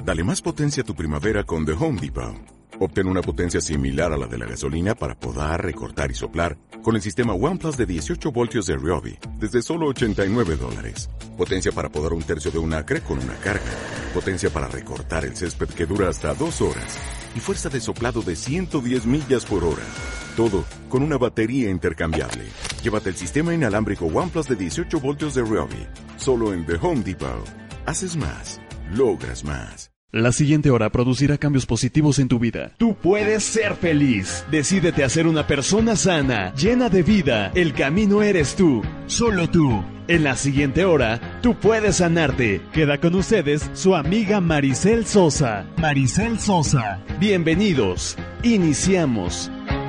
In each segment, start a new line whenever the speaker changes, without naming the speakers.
Dale más potencia a tu primavera con The Home Depot. Obtén una potencia similar a la de la gasolina para podar, recortar y soplar con el sistema OnePlus de 18 voltios de Ryobi desde solo $89. Potencia para podar un tercio de un acre con una carga. Potencia para recortar el césped que dura hasta 2 horas. Y fuerza de soplado de 110 millas por hora. Todo con una batería intercambiable. Llévate el sistema inalámbrico OnePlus de 18 voltios de Ryobi. Solo en The Home Depot. Haces más. Logras más.
La siguiente hora producirá cambios positivos en tu vida. Tú puedes ser feliz. Decídete a ser una persona sana, llena de vida. El camino eres tú, solo tú. En la siguiente hora, tú puedes sanarte. Queda con ustedes su amiga Maricel Sosa. Maricel Sosa. Bienvenidos. Iniciamos.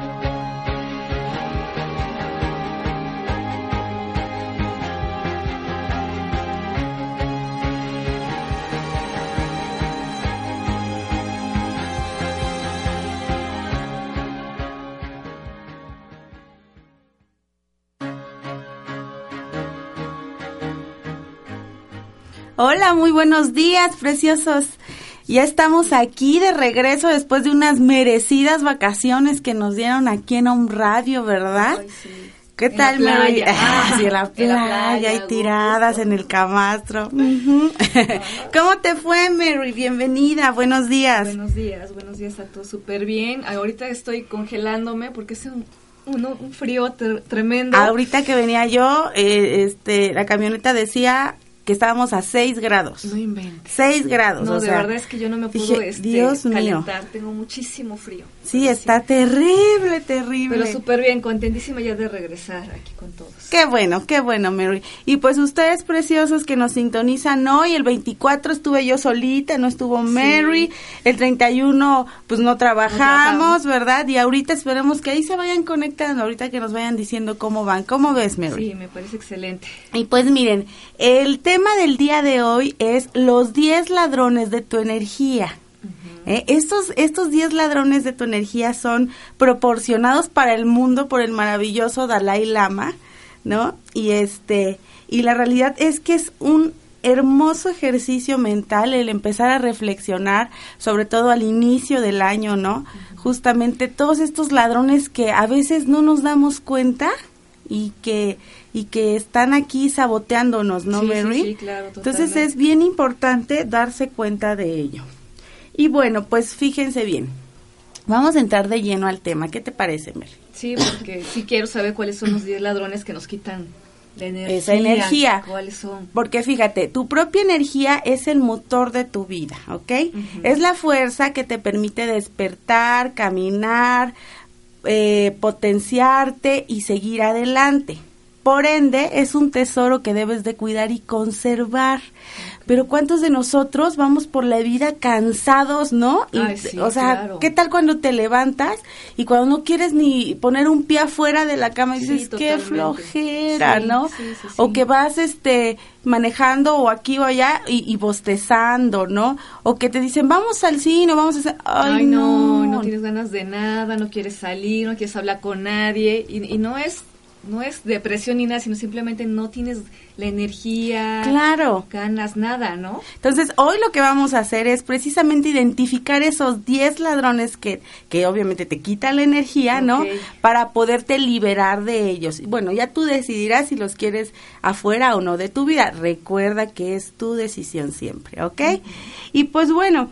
Hola, muy buenos días, preciosos. Ya estamos aquí de regreso después de unas merecidas vacaciones que nos dieron aquí en Home Radio, ¿verdad?
Ay, sí.
¿Qué tal,
Mary?
Sí, en la playa y tiradas en el camastro. Uh-huh. ¿Cómo te fue, Mary? Bienvenida, buenos días.
Buenos días a todos, súper bien. Ahorita estoy congelándome porque es un frío tremendo.
Ahorita que venía yo, la camioneta decía que estábamos a 6 grados.
No inventes.
6 grados.
No, de verdad es que yo no me puedo
Dios
calentar,
mío.
tengo muchísimo frío.
Sí, está terrible.
Pero súper bien, contentísima ya de regresar aquí con todos.
Qué bueno, Mary. Y pues ustedes preciosos que nos sintonizan hoy, el 24 estuve yo solita, no estuvo Mary, sí. El 31 pues no trabajamos, ¿verdad? Y ahorita esperemos que ahí se vayan conectando, ahorita que nos vayan diciendo cómo van. ¿Cómo ves, Mary?
Sí, me parece excelente.
Y pues miren, el tema del día de hoy es los 10 ladrones de tu energía. Estos 10 ladrones de tu energía son proporcionados para el mundo por el maravilloso Dalai Lama, ¿no? Y la realidad es que es un hermoso ejercicio mental el empezar a reflexionar, sobre todo al inicio del año, ¿no? Justamente todos estos ladrones que a veces no nos damos cuenta y que están aquí saboteándonos, ¿no, Mary?
Sí, claro, totalmente.
Entonces es bien importante darse cuenta de ello. Y bueno, pues fíjense bien, vamos a entrar de lleno al tema. ¿Qué te parece, Mary?
Sí, porque sí quiero saber cuáles son los 10 ladrones que nos quitan la energía.
Esa energía.
¿Cuáles son?
Porque fíjate, tu propia energía es el motor de tu vida, ¿ok? Uh-huh. Es la fuerza que te permite despertar, caminar, potenciarte y seguir adelante. Por ende, es un tesoro que debes de cuidar y conservar. Pero ¿cuántos de nosotros vamos por la vida cansados, no?
Ay, sí,
o sea,
claro.
¿Qué tal cuando te levantas y cuando no quieres ni poner un pie afuera de la cama y dices,
sí,
qué flojera,
sí,
¿no?
Sí.
O que vas manejando o aquí o allá y bostezando, ¿no? O que te dicen, vamos al cine, vamos a hacer...
Ay, no tienes ganas de nada, no quieres salir, no quieres hablar con nadie y no es depresión ni nada, sino simplemente no tienes la energía,
claro,
ganas, nada, ¿no?
Entonces, hoy lo que vamos a hacer es precisamente identificar esos 10 ladrones que obviamente te quitan la energía, okay, ¿no? Para poderte liberar de ellos. Bueno, ya tú decidirás si los quieres afuera o no de tu vida. Recuerda que es tu decisión siempre, ¿ok? Uh-huh. Y pues bueno,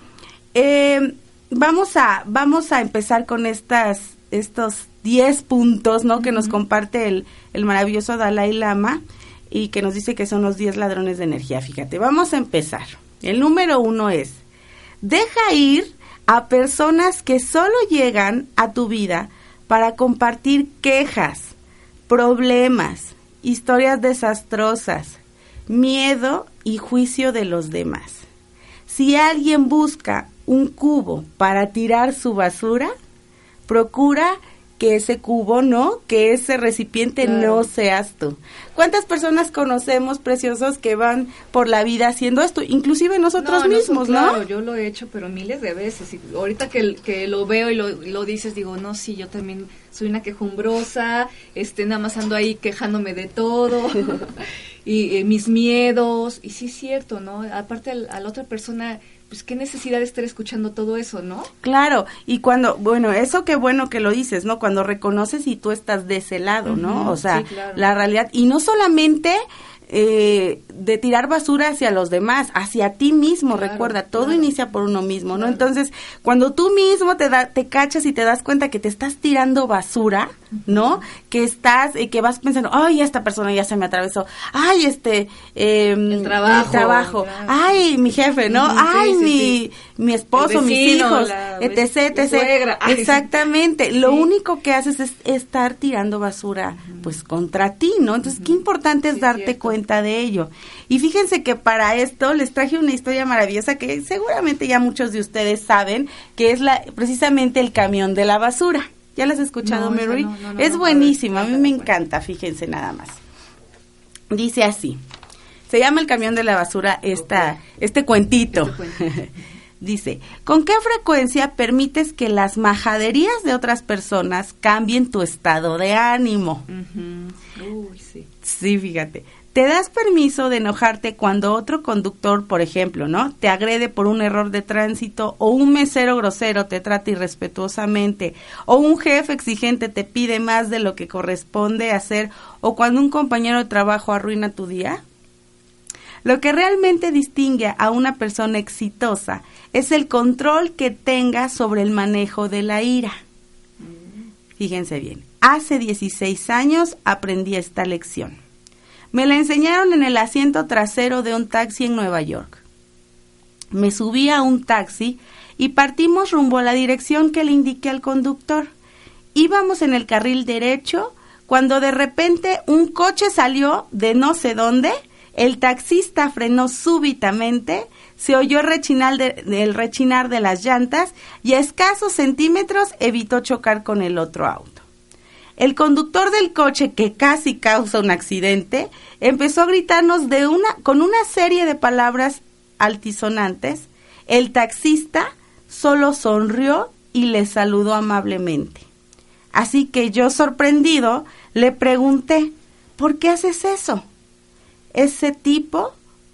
vamos a empezar con estos 10 puntos, ¿no? Uh-huh. Que nos comparte el maravilloso Dalai Lama y que nos dice que son los 10 ladrones de energía. Fíjate, vamos a empezar. El número 1 es, deja ir a personas que solo llegan a tu vida para compartir quejas, problemas, historias desastrosas, miedo y juicio de los demás. Si alguien busca un cubo para tirar su basura, procura que ese cubo, ¿no? Que ese recipiente no seas tú. ¿Cuántas personas conocemos, preciosos, que van por la vida haciendo esto? Inclusive nosotros mismos, ¿no?
Claro, yo lo he hecho, pero miles de veces. Y ahorita que lo veo y lo dices, digo, no, sí, yo también soy una quejumbrosa, nada más ando ahí quejándome de todo, y mis miedos. Y sí es cierto, ¿no? Aparte a la otra persona, pues qué necesidad de estar escuchando todo eso, ¿no?
Claro, y cuando, bueno, eso qué bueno que lo dices, ¿no? Cuando reconoces y tú estás de ese lado, ¿no? O sea, sí, claro. La realidad, y no solamente de tirar basura hacia los demás, hacia ti mismo, claro, recuerda, todo inicia por uno mismo, ¿no? Entonces, cuando tú mismo te cachas y te das cuenta que te estás tirando basura, ¿no? Que que vas pensando, ay, esta persona ya se me atravesó, ay, el trabajo, claro. Ay, mi jefe, ¿no? Ay, mi esposo, vecino, mis hijos, etc.
Suegra.
Exactamente, lo único que haces es estar tirando basura, pues, contra ti, ¿no? Entonces, qué importante es darte cuenta de ello. Y fíjense que para esto les traje una historia maravillosa que seguramente ya muchos de ustedes saben, que es precisamente el camión de la basura. ¿Ya las has escuchado, Mary? No, es buenísima, a mí me encanta, fíjense nada más. Dice así, se llama el camión de la basura este cuentito. Dice, ¿con qué frecuencia permites que las majaderías de otras personas cambien tu estado de ánimo?
Uy, sí.
Sí, fíjate. ¿Te das permiso de enojarte cuando otro conductor, por ejemplo, ¿no? te agrede por un error de tránsito, o un mesero grosero te trata irrespetuosamente, o un jefe exigente te pide más de lo que corresponde hacer, o cuando un compañero de trabajo arruina tu día? Lo que realmente distingue a una persona exitosa es el control que tenga sobre el manejo de la ira. Fíjense bien, hace 16 años aprendí esta lección. Me la enseñaron en el asiento trasero de un taxi en Nueva York. Me subí a un taxi y partimos rumbo a la dirección que le indiqué al conductor. Íbamos en el carril derecho cuando de repente un coche salió de no sé dónde, el taxista frenó súbitamente, se oyó el rechinar de las llantas y a escasos centímetros evitó chocar con el otro auto. El conductor del coche, que casi causa un accidente, empezó a gritarnos con una serie de palabras altisonantes. El taxista solo sonrió y le saludó amablemente. Así que yo, sorprendido, le pregunté, ¿por qué haces eso? Ese tipo,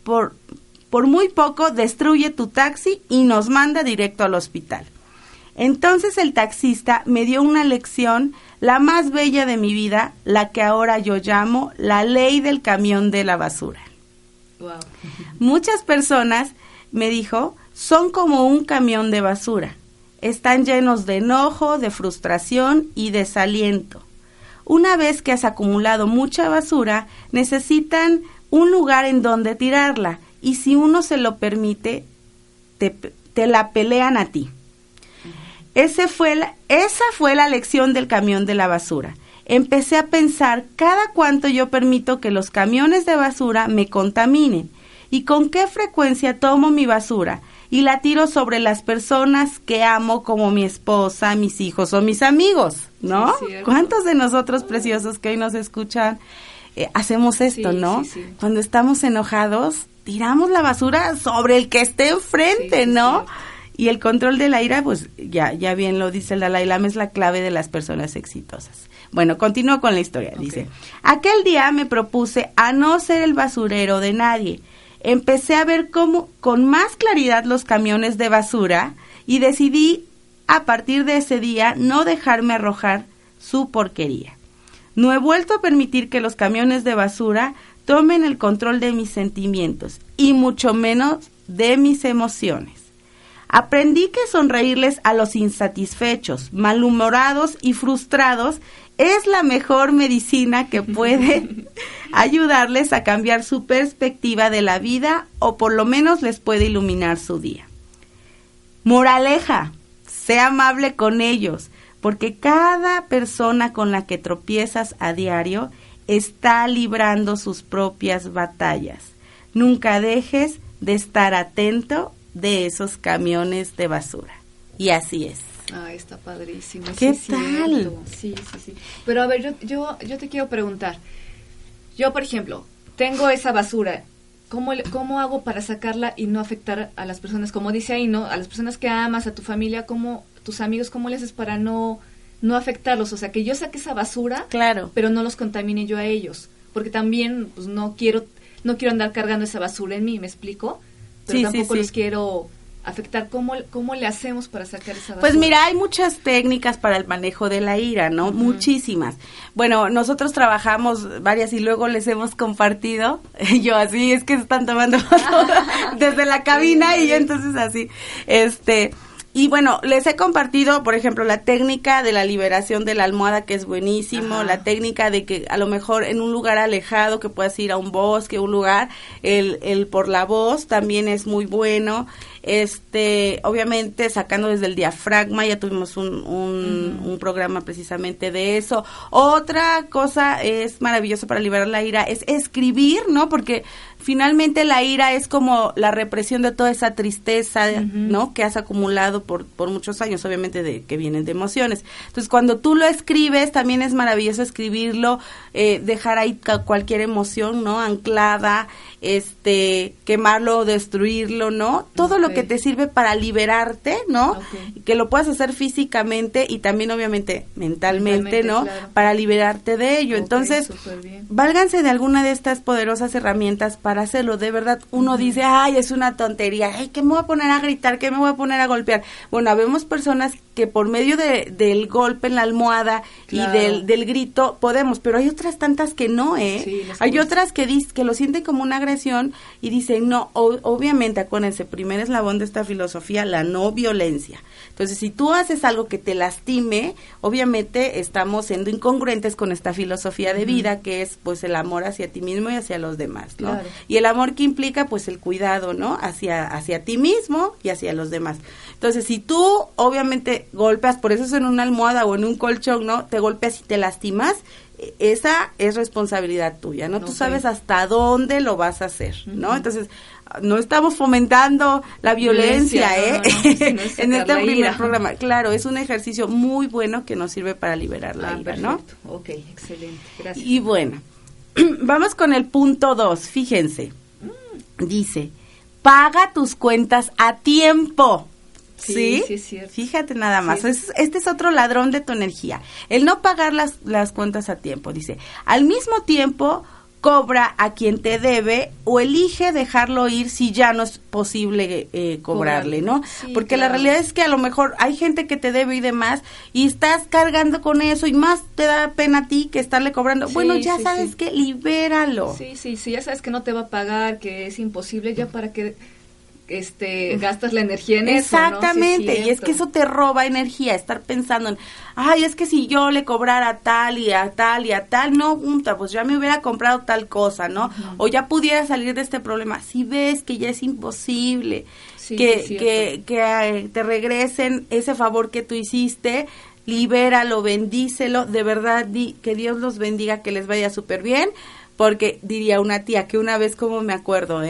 por muy poco, destruye tu taxi y nos manda directo al hospital. Entonces el taxista me dio una lección, la más bella de mi vida, la que ahora yo llamo la ley del camión de la basura.
Wow.
Muchas personas, me dijo, son como un camión de basura. Están llenos de enojo, de frustración y desaliento. Una vez que has acumulado mucha basura, necesitan un lugar en donde tirarla, y si uno se lo permite, te la pelean a ti. Esa fue la lección del camión de la basura. Empecé a pensar cada cuánto yo permito que los camiones de basura me contaminen y con qué frecuencia tomo mi basura y la tiro sobre las personas que amo, como mi esposa, mis hijos o mis amigos, ¿no? Sí, ¿cuántos de nosotros preciosos que hoy nos escuchan hacemos esto, no? Sí. Cuando estamos enojados, tiramos la basura sobre el que esté enfrente, ¿no? Y el control de la ira, pues ya bien lo dice el Dalai Lama, es la clave de las personas exitosas. Bueno, continúo con la historia. Okay. Dice, aquel día me propuse a no ser el basurero de nadie. Empecé a ver con más claridad los camiones de basura y decidí a partir de ese día no dejarme arrojar su porquería. No he vuelto a permitir que los camiones de basura tomen el control de mis sentimientos y mucho menos de mis emociones. Aprendí que sonreírles a los insatisfechos, malhumorados y frustrados es la mejor medicina que puede ayudarles a cambiar su perspectiva de la vida o por lo menos les puede iluminar su día. Moraleja, sea amable con ellos, porque cada persona con la que tropiezas a diario está librando sus propias batallas. Nunca dejes de estar atento de esos camiones de basura. Y así es.
Ah, está padrísimo.
¿Qué tal?
Sí. Pero a ver, yo te quiero preguntar. Yo, por ejemplo, tengo esa basura. ¿Cómo hago para sacarla y no afectar a las personas? Como dice ahí, ¿no? A las personas que amas, a tu familia, tus amigos, ¿cómo le haces para no afectarlos? O sea, que yo saque esa basura,
claro,
pero no los contamine yo a ellos. Porque también, pues, no quiero andar cargando esa basura en mí, ¿me explico? Pero tampoco los quiero afectar? ¿Cómo le hacemos para sacar esa basura?
Pues mira, hay muchas técnicas para el manejo de la ira, ¿no? Muchísimas. Bueno, nosotros trabajamos varias y luego les hemos compartido. Yo así, es que están tomando fotos desde la cabina y yo entonces así, y bueno, les he compartido, por ejemplo, la técnica de la liberación de la almohada, que es buenísimo, la técnica de que a lo mejor en un lugar alejado, que puedas ir a un bosque, un lugar, el por la voz también es muy bueno. Obviamente sacando desde el diafragma, ya tuvimos un programa precisamente de eso. Otra cosa es maravillosa para liberar la ira, es escribir, ¿no? Porque finalmente la ira es como la represión de toda esa tristeza, ¿no? Que has acumulado por muchos años, obviamente que vienen de emociones. Entonces, cuando tú lo escribes, también es maravilloso escribirlo, dejar ahí cualquier emoción, ¿no? Anclada, quemarlo, destruirlo, ¿no? Todo lo que te sirve para liberarte, ¿no? Que lo puedas hacer físicamente y también obviamente mentalmente, ¿no? Claro. Para liberarte de ello. Entonces, válganse de alguna de estas poderosas herramientas para hacerlo. De verdad, uno dice, ay, es una tontería, ay, ¿qué me voy a poner a gritar? ¿Qué me voy a poner a golpear? Bueno, habemos personas que por medio del golpe en la almohada y del grito podemos, pero hay otras tantas que no, Sí, hay otras que lo sienten como una agresión y dicen, no, obviamente, acuérdense, primer eslabón de esta filosofía, la no violencia. Entonces, si tú haces algo que te lastime, obviamente estamos siendo incongruentes con esta filosofía de vida, que es pues el amor hacia ti mismo y hacia los demás, ¿no? Claro. Y el amor que implica pues el cuidado, ¿no? Hacia ti mismo y hacia los demás. Entonces, si tú obviamente golpeas, por eso es en una almohada o en un colchón, ¿no? Te golpeas y te lastimas, esa es responsabilidad tuya, ¿no? Tú sabes hasta dónde lo vas a hacer, ¿no? Entonces, no estamos fomentando la violencia, no, en este primer programa. Claro, es un ejercicio muy bueno que nos sirve para liberar la ira, ¿no?
Ok, excelente, gracias.
Y bueno, vamos con el punto 2, fíjense. Dice, paga tus cuentas a tiempo. Sí, es cierto. Fíjate nada más, este es otro ladrón de tu energía. El no pagar las cuentas a tiempo, dice, al mismo tiempo cobra a quien te debe o elige dejarlo ir si ya no es posible cobrarle, ¿no? Sí, porque la realidad es que a lo mejor hay gente que te debe y demás y estás cargando con eso y más te da pena a ti que estarle cobrando. Bueno, ya sabes que libéralo.
Sí, ya sabes que no te va a pagar, que es imposible, ya para que gastas la energía en
exactamente,
eso, ¿no? Sí,
y es que eso te roba energía, estar pensando en, ay, es que si yo le cobrara a tal y a tal y a tal, no, pues ya me hubiera comprado tal cosa, ¿no? O ya pudiera salir de este problema. Si ves que ya es imposible que te regresen ese favor que tú hiciste, libéralo, bendícelo, de verdad, que Dios los bendiga, que les vaya súper bien, porque diría una tía que una vez, como me acuerdo,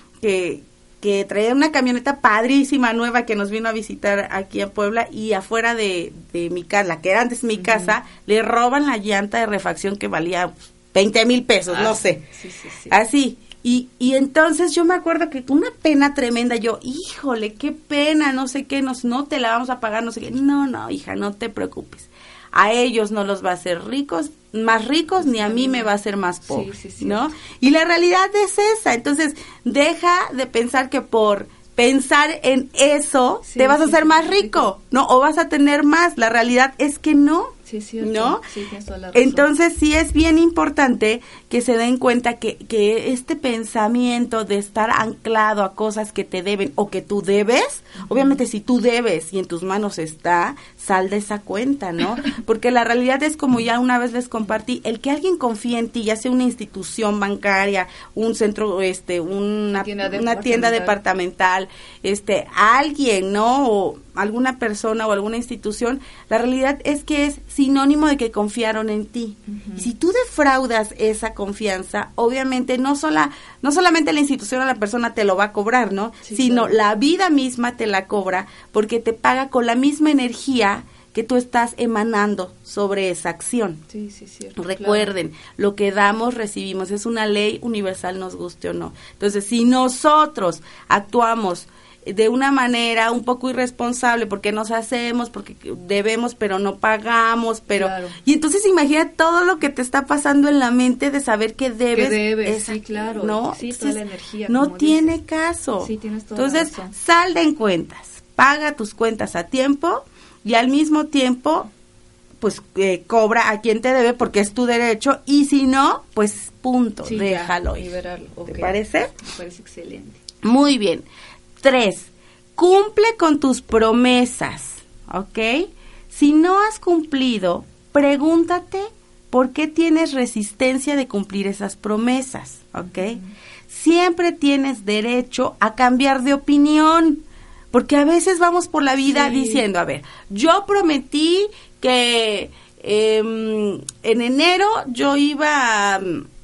que traía una camioneta padrísima, nueva, que nos vino a visitar aquí en Puebla, y afuera de mi casa, la que era antes mi casa, le roban la llanta de refacción que valía 20,000 pesos, no sé. Sí. Así. Y entonces yo me acuerdo que con una pena tremenda, yo, híjole, qué pena, no sé qué, no te la vamos a pagar, no sé qué. No, hija, no te preocupes. A ellos no los va a hacer más ricos, ni a mí me va a hacer más pobre, ¿no? Y la realidad es esa. Entonces, deja de pensar que por pensar en eso te vas a hacer más rico, ¿no? O vas a tener más. La realidad es que no.
Sí, cierto.
¿No?
Sí, tienes toda la razón.
Entonces sí es bien importante que se den cuenta que este pensamiento de estar anclado a cosas que te deben o que tú debes, obviamente si tú debes y en tus manos está, sal de esa cuenta, ¿no? Porque la realidad es, como ya una vez les compartí, el que alguien confíe en ti, ya sea una institución bancaria, un centro, una tienda departamental, alguien, ¿no? O alguna persona o alguna institución, la realidad es que es sinónimo de que confiaron en ti. Y si tú defraudas esa confianza, obviamente no solamente la institución o la persona te lo va a cobrar, ¿no? Sino la vida misma te la cobra, porque te paga con la misma energía que tú estás emanando sobre esa acción.
Sí, cierto.
Recuerden, lo que damos, recibimos. Es una ley universal, nos guste o no. Entonces, si nosotros actuamos de una manera un poco irresponsable, porque nos hacemos, porque debemos pero no pagamos, pero claro. Y entonces imagina todo lo que te está pasando en la mente de saber que debes,
sí, claro,
¿no?
Sí, toda la energía.
No tiene caso.
Sí, tienes toda
entonces,
la razón.
sal de cuentas, paga tus cuentas a tiempo y al mismo tiempo pues cobra a quien te debe porque es tu derecho, y si no, pues punto,
sí,
déjalo
ir. Liberarlo.
¿Te parece?
Me parece excelente.
Muy bien. 3, cumple con tus promesas, ¿ok? Si no has cumplido, pregúntate por qué tienes resistencia de cumplir esas promesas, ¿ok? Siempre tienes derecho a cambiar de opinión, porque a veces vamos por la vida diciendo, a ver, yo prometí que en enero yo iba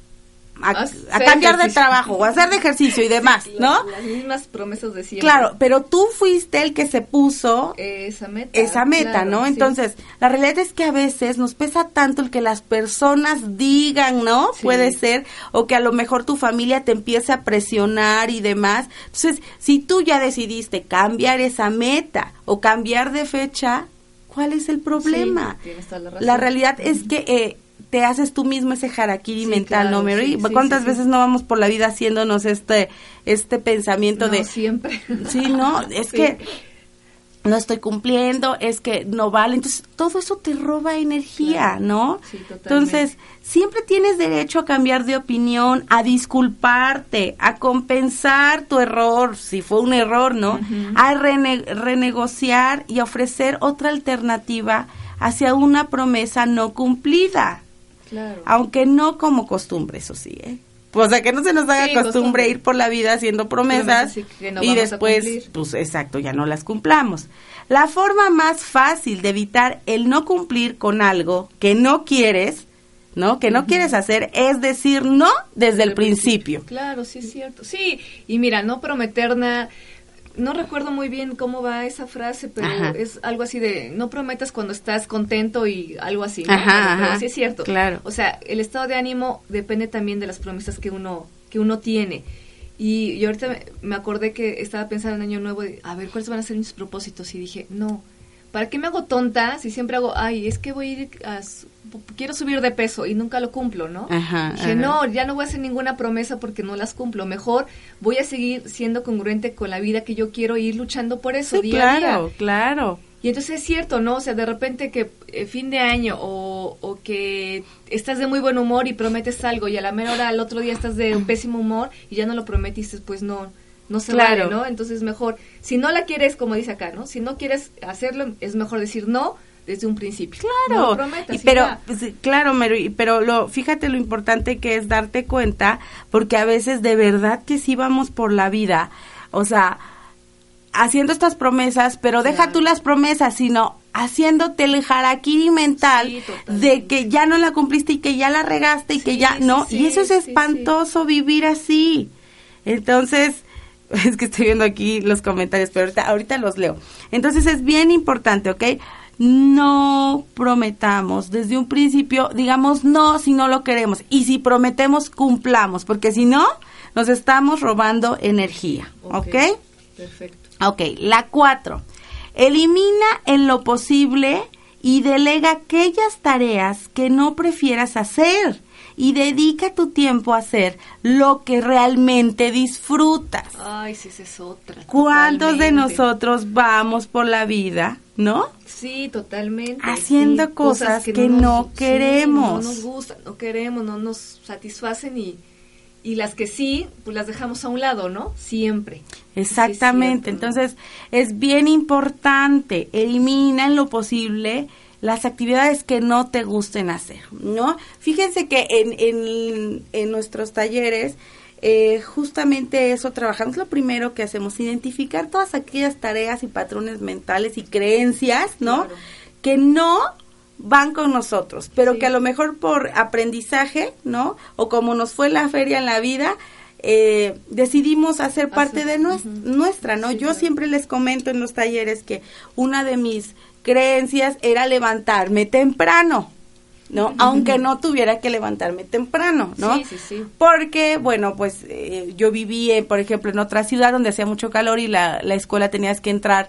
a cambiar de trabajo o a hacer de ejercicio y demás, ¿no?
Las mismas promesas de siempre.
Claro, pero tú fuiste el que se puso
esa meta,
claro, ¿no? Entonces, la realidad es que a veces nos pesa tanto el que las personas digan, ¿no? Sí. Puede ser, o que a lo mejor tu familia te empiece a presionar y demás. Entonces, si tú ya decidiste cambiar esa meta o cambiar de fecha, ¿cuál es el problema?
Sí, tienes toda la razón.
La realidad es que te haces tú mismo ese harakiri mental, claro, ¿no, Mary? ¿Cuántas veces no vamos por la vida haciéndonos este pensamiento de...
siempre.
Sí, no, es que no estoy cumpliendo, es que no vale. Entonces, todo eso te roba energía, claro, ¿no?
Sí, totalmente.
Entonces, siempre tienes derecho a cambiar de opinión, a disculparte, a compensar tu error, si fue un error, ¿no? A renegociar y ofrecer otra alternativa hacia una promesa no cumplida.
Claro.
Aunque no como costumbre, eso sí, O sea, que no se nos haga costumbre ir por la vida haciendo promesas y después, pues exacto, ya no las cumplamos. La forma más fácil de evitar el no cumplir con algo que no quieres, ¿no? Que no quieres hacer, es decir no desde el principio.
Claro, sí es cierto. Sí, y mira, no prometer nada. No recuerdo muy bien cómo va esa frase, pero es algo así de, no prometas cuando estás contento y algo así, ¿no? Pero sí es cierto.
Claro.
O sea, el estado de ánimo depende también de las promesas que uno tiene. Y yo ahorita me acordé que estaba pensando en Año Nuevo, de, a ver, ¿cuáles van a ser mis propósitos? Y dije, no, ¿para qué me hago tonta si siempre hago, es que voy a ir quiero subir de peso y nunca lo cumplo, ¿no? Dije, no, ya no voy a hacer ninguna promesa porque no las cumplo. Mejor voy a seguir siendo congruente con la vida que yo quiero e ir luchando por eso día a día.
Claro.
Y entonces es cierto, ¿no? O sea, de repente que fin de año o que estás de muy buen humor y prometes algo y a la mera hora al otro día estás de un pésimo humor y ya no lo prometiste, pues no se vale, ¿no? Entonces mejor, si no la quieres, como dice acá, ¿no? Si no quieres hacerlo, es mejor decir no desde un principio.
Claro,
no prometas,
pero claro, Mary, pero fíjate lo importante que es darte cuenta, porque a veces de verdad que sí vamos por la vida, o sea, haciendo estas promesas, pero deja tú las promesas, sino haciéndote el harakiri mental de que ya no la cumpliste y que ya la regaste y que ya, ¿no? Y eso es espantoso vivir así. Entonces, es que estoy viendo aquí los comentarios, pero ahorita los leo. Entonces es bien importante, ¿ok? No prometamos desde un principio, digamos no si no lo queremos, y si prometemos cumplamos, porque si no nos estamos robando energía, ¿ok?
Perfecto.
Ok, la 4, elimina en lo posible y delega aquellas tareas que no prefieras hacer y dedica tu tiempo a hacer lo que realmente disfrutas.
Ay, sí, esa es otra.
¿Cuántos de nosotros vamos por la vida, no?
Sí, totalmente.
Haciendo cosas que no queremos.
No nos gustan, no queremos, no nos satisfacen y las que sí, pues las dejamos a un lado, ¿no? Siempre.
Exactamente.
Sí,
entonces es bien importante, elimina en lo posible las actividades que no te gusten hacer, ¿no? Fíjense que en nuestros talleres justamente eso trabajamos. Lo primero que hacemos, identificar todas aquellas tareas y patrones mentales y creencias, ¿no? Claro. Que no van con nosotros, pero que a lo mejor por aprendizaje, ¿no? O como nos fue la feria en la vida, decidimos hacer parte de nuestra, ¿no? Yo siempre les comento en los talleres que una de mis creencias era levantarme temprano. ¿no? Aunque no tuviera que levantarme temprano, ¿no?
Sí.
Porque, bueno, pues yo viví, por ejemplo, en otra ciudad donde hacía mucho calor y la escuela tenías que entrar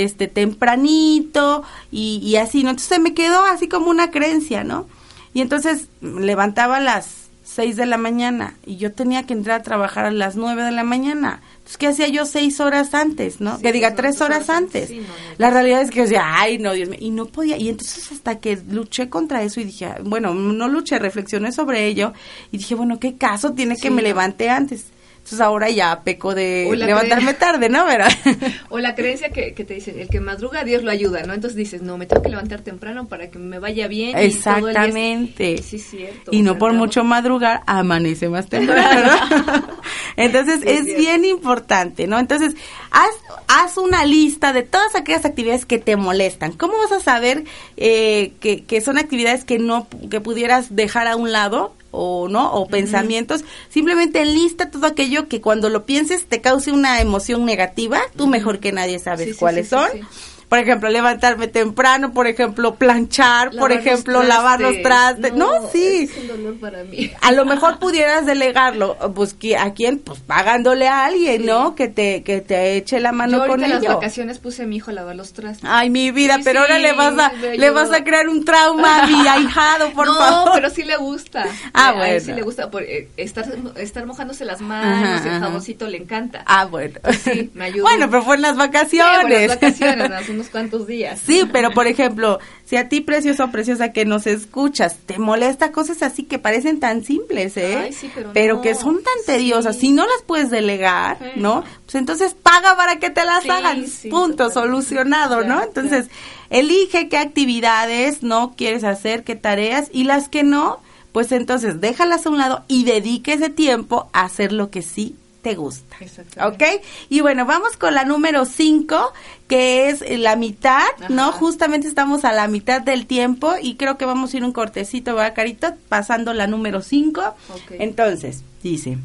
tempranito y así, ¿no? Entonces me quedó así como una creencia, ¿no? Y entonces levantaba a las 6 de la mañana y yo tenía que entrar a trabajar a las 9 de la mañana. Entonces, ¿qué hacía yo 6 horas antes, no?
Sí,
que diga 3 horas antes.
Sí, no.
La realidad es que yo decía, ay, no, Dios mío, y no podía. Y entonces hasta que luché contra eso y dije, bueno, no luché, reflexioné sobre ello y dije, bueno, ¿qué caso tiene que me levante antes? Entonces ahora ya peco de levantarme tarde, ¿no? ¿Verdad?
O la creencia que te dicen, el que madruga, Dios lo ayuda, ¿no? Entonces dices, no, me tengo que levantar temprano para que me vaya bien.
Exactamente.
Y todo el día... Sí, cierto.
Y no por mucho madrugar, amanece más temprano, ¿no? Entonces es bien importante, ¿no? Entonces haz una lista de todas aquellas actividades que te molestan. ¿Cómo vas a saber que son actividades que pudieras dejar a un lado? O no, o pensamientos, simplemente enlista todo aquello que cuando lo pienses te cause una emoción negativa, tú mejor que nadie sabes cuáles son. Sí. Por ejemplo, levantarme temprano, por ejemplo, planchar, por ejemplo, lavar los trastes. No, sí.
Es un dolor para mí.
A lo mejor pudieras delegarlo, pues, ¿a quién? Pues pagándole a alguien, ¿no? Que te eche la mano con ello.
Yo en las vacaciones puse a mi hijo a lavar los trastes.
Ay, mi vida, pero ahora le vas a crear un trauma a mi ahijado, por favor.
No, pero sí le gusta.
Bueno.
Sí le gusta, estar mojándose las manos, el jaboncito le encanta.
Bueno.
Pues sí, me ayudó.
Bueno, pero fue en las vacaciones.
Sí, en las vacaciones, unos cuantos días.
Sí, pero por ejemplo, si a ti, precioso o preciosa que nos escuchas, te molesta cosas así que parecen tan simples,
Ay, sí,
pero que son tan tediosas, si no las puedes delegar, ¿no? Pues entonces paga para que te las hagan, punto, solucionado, ¿no? Entonces, elige qué actividades no quieres hacer, qué tareas, y las que no, pues entonces déjalas a un lado y dedique ese tiempo a hacer lo que sí te gusta, ¿ok? Y bueno, vamos con la número 5, que es la mitad, ¿no? Justamente estamos a la mitad del tiempo y creo que vamos a ir un cortecito, ¿verdad, Carito? Pasando la número 5. Okay. Entonces, dice,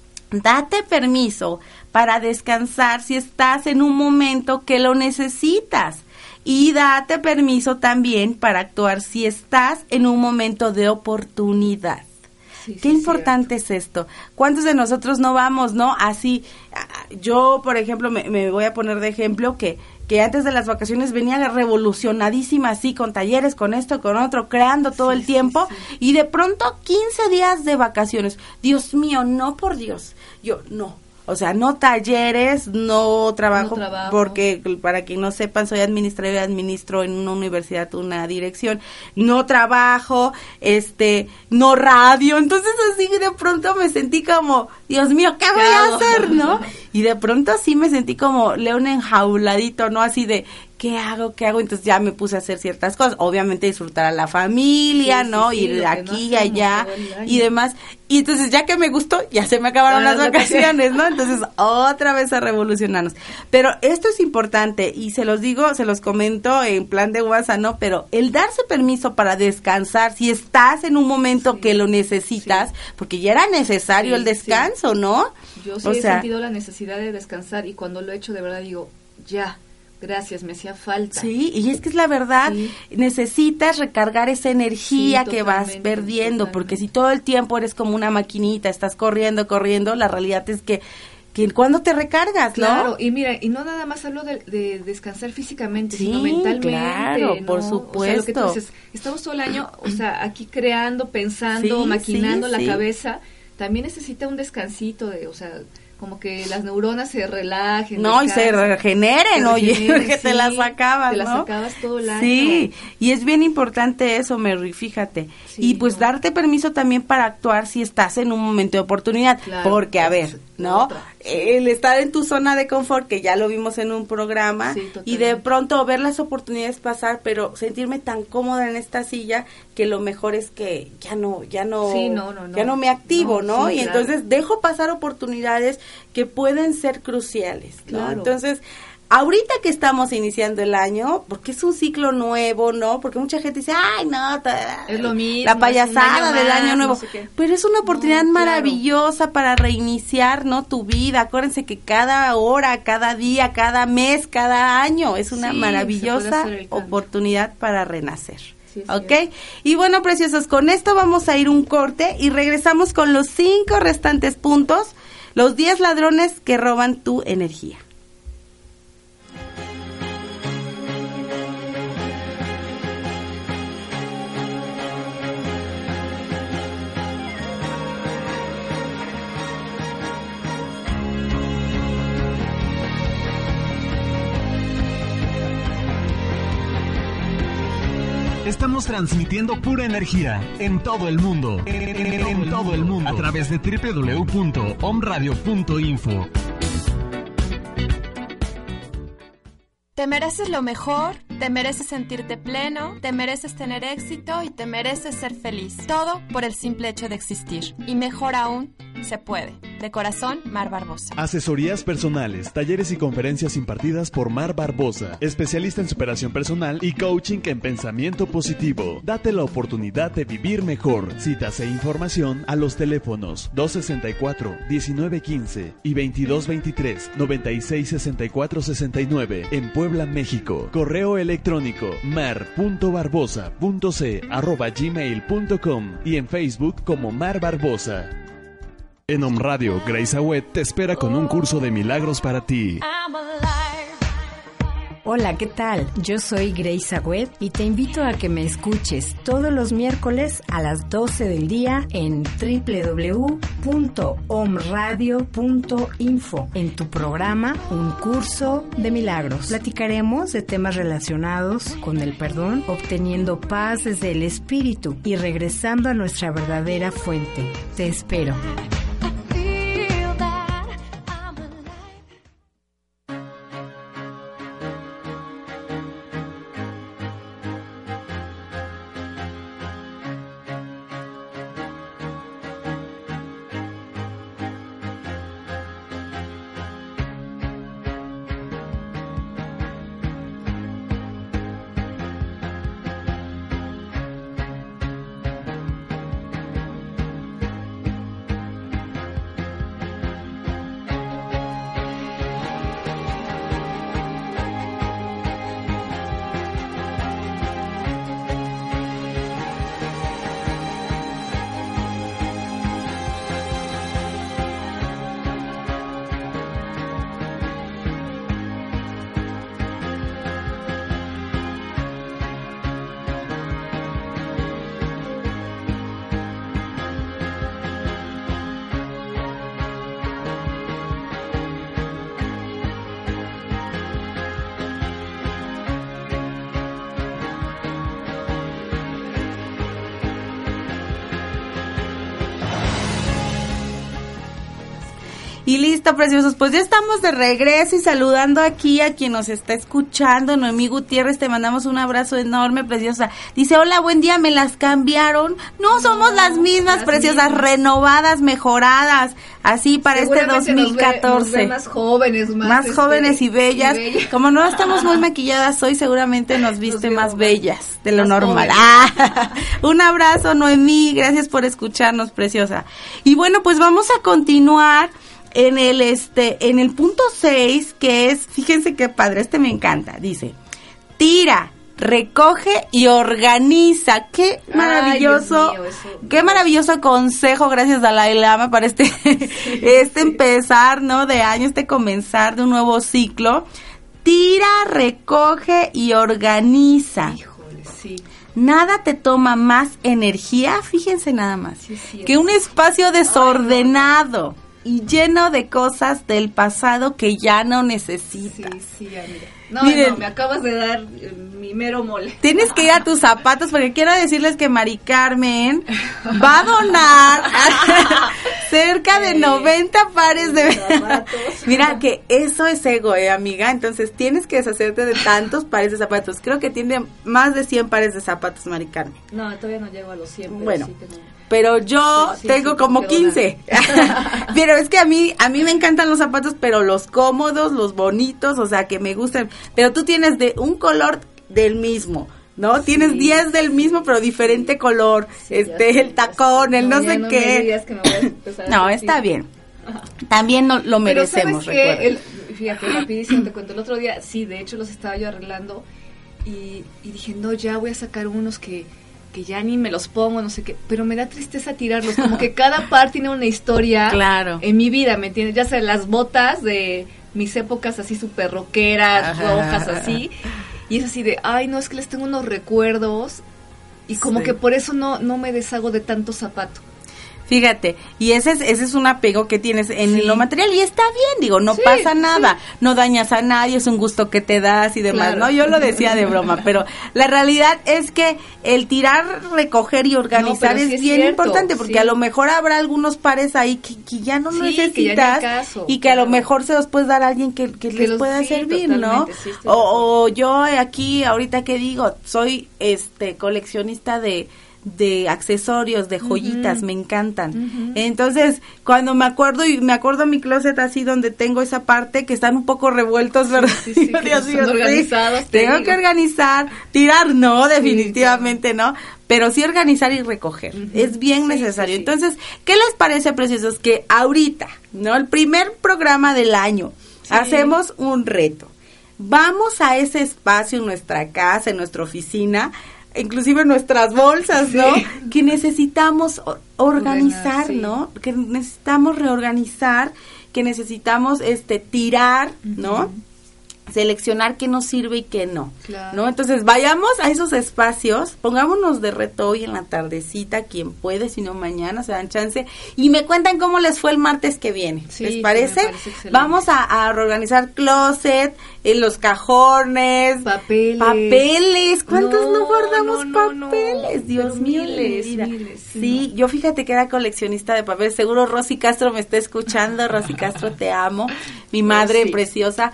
date permiso para descansar si estás en un momento que lo necesitas. Y date permiso también para actuar si estás en un momento de oportunidad. Qué importante es esto. ¿Cuántos de nosotros no vamos, no? Así, yo, por ejemplo, me voy a poner de ejemplo que antes de las vacaciones venía revolucionadísima así, con talleres, con esto, con otro, creando todo el tiempo, y de pronto 15 días de vacaciones. Dios mío, no, por Dios. Yo, no. O sea, no talleres, no trabajo, porque para quien no sepan, soy administradora y administro en una universidad una dirección, no trabajo, no radio, entonces así de pronto me sentí como, Dios mío, ¿qué voy a hacer, no? Y de pronto sí me sentí como león enjauladito, ¿no? Así de, ¿qué hago? Entonces ya me puse a hacer ciertas cosas, obviamente disfrutar a la familia, ¿no? Ir de aquí y allá y demás. Y entonces ya que me gustó, ya se me acabaron las vacaciones, ¿no? Entonces otra vez a revolucionarnos. Pero esto es importante y se los digo, se los comento en plan de WhatsApp, ¿no? Pero el darse permiso para descansar, si estás en un momento que lo necesitas, porque ya era necesario el descanso, ¿no?
Yo sí he sentido la necesidad de descansar y cuando lo he hecho de verdad digo, ya. Gracias, me hacía falta.
Sí, y es que es la verdad, necesitas recargar esa energía que vas perdiendo, porque si todo el tiempo eres como una maquinita, estás corriendo, la realidad es que cuando te recargas, ¿no?
Claro, y mira, y no nada más hablo de descansar físicamente, sino mentalmente.
Claro, ¿no? Por supuesto. O sea,
lo que tú dices, estamos todo el año, o sea, aquí creando, pensando, maquinando la cabeza, también necesita un descansito o sea, como que las neuronas se relajen.
No, descansen, y se regeneren, oye, porque te las acabas,
te las acabas todo el año.
Sí, y es bien importante eso, Mary, fíjate. Sí, y pues darte permiso también para actuar si estás en un momento de oportunidad, porque a ver, ¿no? El estar en tu zona de confort, que ya lo vimos en un programa, y de pronto ver las oportunidades pasar, pero sentirme tan cómoda en esta silla que lo mejor es que ya no me activo, ¿no? Y entonces dejo pasar oportunidades que pueden ser cruciales, ¿no? Claro. Entonces, ahorita que estamos iniciando el año, porque es un ciclo nuevo, ¿no? Porque mucha gente dice, ay, no,
es lo mismo,
la payasada del año nuevo. No sé, pero es una oportunidad maravillosa para reiniciar, ¿no? Tu vida. Acuérdense que cada hora, cada día, cada mes, cada año es una maravillosa oportunidad para renacer.
Sí,
¿ok? Y bueno, preciosos, con esto vamos a ir un corte y regresamos con los 5 restantes puntos, los 10 ladrones que roban tu energía.
Estamos transmitiendo pura energía en todo el mundo. En todo el mundo. A través de www.omradio.info.
Te mereces lo mejor, te mereces sentirte pleno, te mereces tener éxito y te mereces ser feliz. Todo por el simple hecho de existir. Y mejor aún, se puede. De corazón, Mar Barbosa.
Asesorías personales, talleres y conferencias impartidas por Mar Barbosa, especialista en superación personal y coaching en pensamiento positivo. Date la oportunidad de vivir mejor. Citas e información a los teléfonos 264-1915 y 2223-966469 en Puebla, México. Correo electrónico mar.barbosa.c@gmail.com y en Facebook como Mar Barbosa. En Om Radio, Grace Agüed te espera con un curso de milagros para ti.
Hola, ¿qué tal? Yo soy Grace Agüed y te invito a que me escuches todos los miércoles a las 12 del día en www.omradio.info en tu programa Un Curso de Milagros. Platicaremos de temas relacionados con el perdón, obteniendo paz desde el espíritu y regresando a nuestra verdadera fuente. Te espero.
Y listo, preciosos, pues ya estamos de regreso y saludando aquí a quien nos está escuchando. Noemí Gutiérrez, te mandamos un abrazo enorme, preciosa. Dice, hola, buen día, ¿me las cambiaron? No, somos las mismas, preciosas, renovadas, mejoradas, así para este 2014.
Nos ve más jóvenes,
más jóvenes y bellas. Como no estamos muy maquilladas hoy, seguramente nos viste más bellas de lo normal. Un abrazo, Noemí, gracias por escucharnos, preciosa. Y bueno, pues vamos a continuar en el punto 6, que es, fíjense qué padre, me encanta, dice, tira, recoge y organiza. Qué maravilloso, qué maravilloso consejo, gracias Dalai Lama, para empezar, ¿no?, de año, comenzar de un nuevo ciclo. Tira, recoge y organiza.
Híjole, sí.
Nada te toma más energía, fíjense nada más, que un espacio desordenado y lleno de cosas del pasado que ya no necesitas.
Sí, amiga. No, me acabas de dar mi mero mole.
Tienes que ir a tus zapatos, porque quiero decirles que Mari Carmen va a donar cerca de 90 pares de zapatos. Mira que eso es ego, amiga. Entonces tienes que deshacerte de tantos pares de zapatos. Creo que tiene más de 100 pares de zapatos, Mari Carmen.
No, todavía no llego a los 100. Pero
bueno,
sí tengo...
pero yo tengo como 15. Pero es que a mí me encantan los zapatos, pero los cómodos, los bonitos, o sea, que me gustan. Pero tú tienes de un color del mismo, ¿no? Sí. Tienes 10 del mismo, pero diferente color. Sí, el tacón, el no sé
no
qué.
Me digas que me voy a empezar
no, a está bien. Ajá. También lo merecemos,
recuerda. Fíjate, rapidísimo te cuento. El otro día, sí, de hecho los estaba yo arreglando y dije, no, ya voy a sacar unos que ya ni me los pongo, no sé qué, pero me da tristeza tirarlos, como que cada par tiene una historia
claro.
en mi vida, ¿me entiendes? Ya sea las botas de mis épocas así súper rockeras, rojas así, y es así de, ay, no, es que les tengo unos recuerdos, y como que por eso no me deshago de tanto zapato.
Fíjate, y ese es un apego que tienes en lo material y está bien, digo, no pasa nada, no dañas a nadie, es un gusto que te das y demás, ¿no? Yo lo decía de broma, pero la realidad es que el tirar, recoger y organizar es bien importante, porque a lo mejor habrá algunos pares ahí que ya no necesitas y que a lo mejor se los puedes dar a alguien que les pueda servir, ¿no? O yo aquí, ahorita que digo, soy coleccionista de accesorios, de joyitas, me encantan. Entonces, cuando me acuerdo mi closet así donde tengo esa parte que están un poco revueltos, ¿verdad?
Sí, organizados.
Tengo que organizar, tirar no, definitivamente no, pero sí organizar y recoger. Es bien necesario. Entonces, ¿qué les parece, preciosos? Que ahorita, ¿no? El primer programa del año, hacemos un reto. Vamos a ese espacio en nuestra casa, en nuestra oficina, inclusive nuestras bolsas, ¿no? Que necesitamos organizar, ¿no? Que necesitamos reorganizar, que necesitamos tirar, ¿no? Seleccionar qué nos sirve y qué no, ¿no? Entonces, vayamos a esos espacios, pongámonos de reto hoy en la tardecita, quien puede, si no mañana, se dan chance, y me cuentan cómo les fue el martes que viene, ¿les parece? Vamos a reorganizar closet, los cajones, papeles, ¿cuántos no guardamos papeles? Dios mío, miles. Sí, yo fíjate que era coleccionista de papeles, seguro Rosy Castro me está escuchando, Rosy Castro, te amo, mi madre preciosa.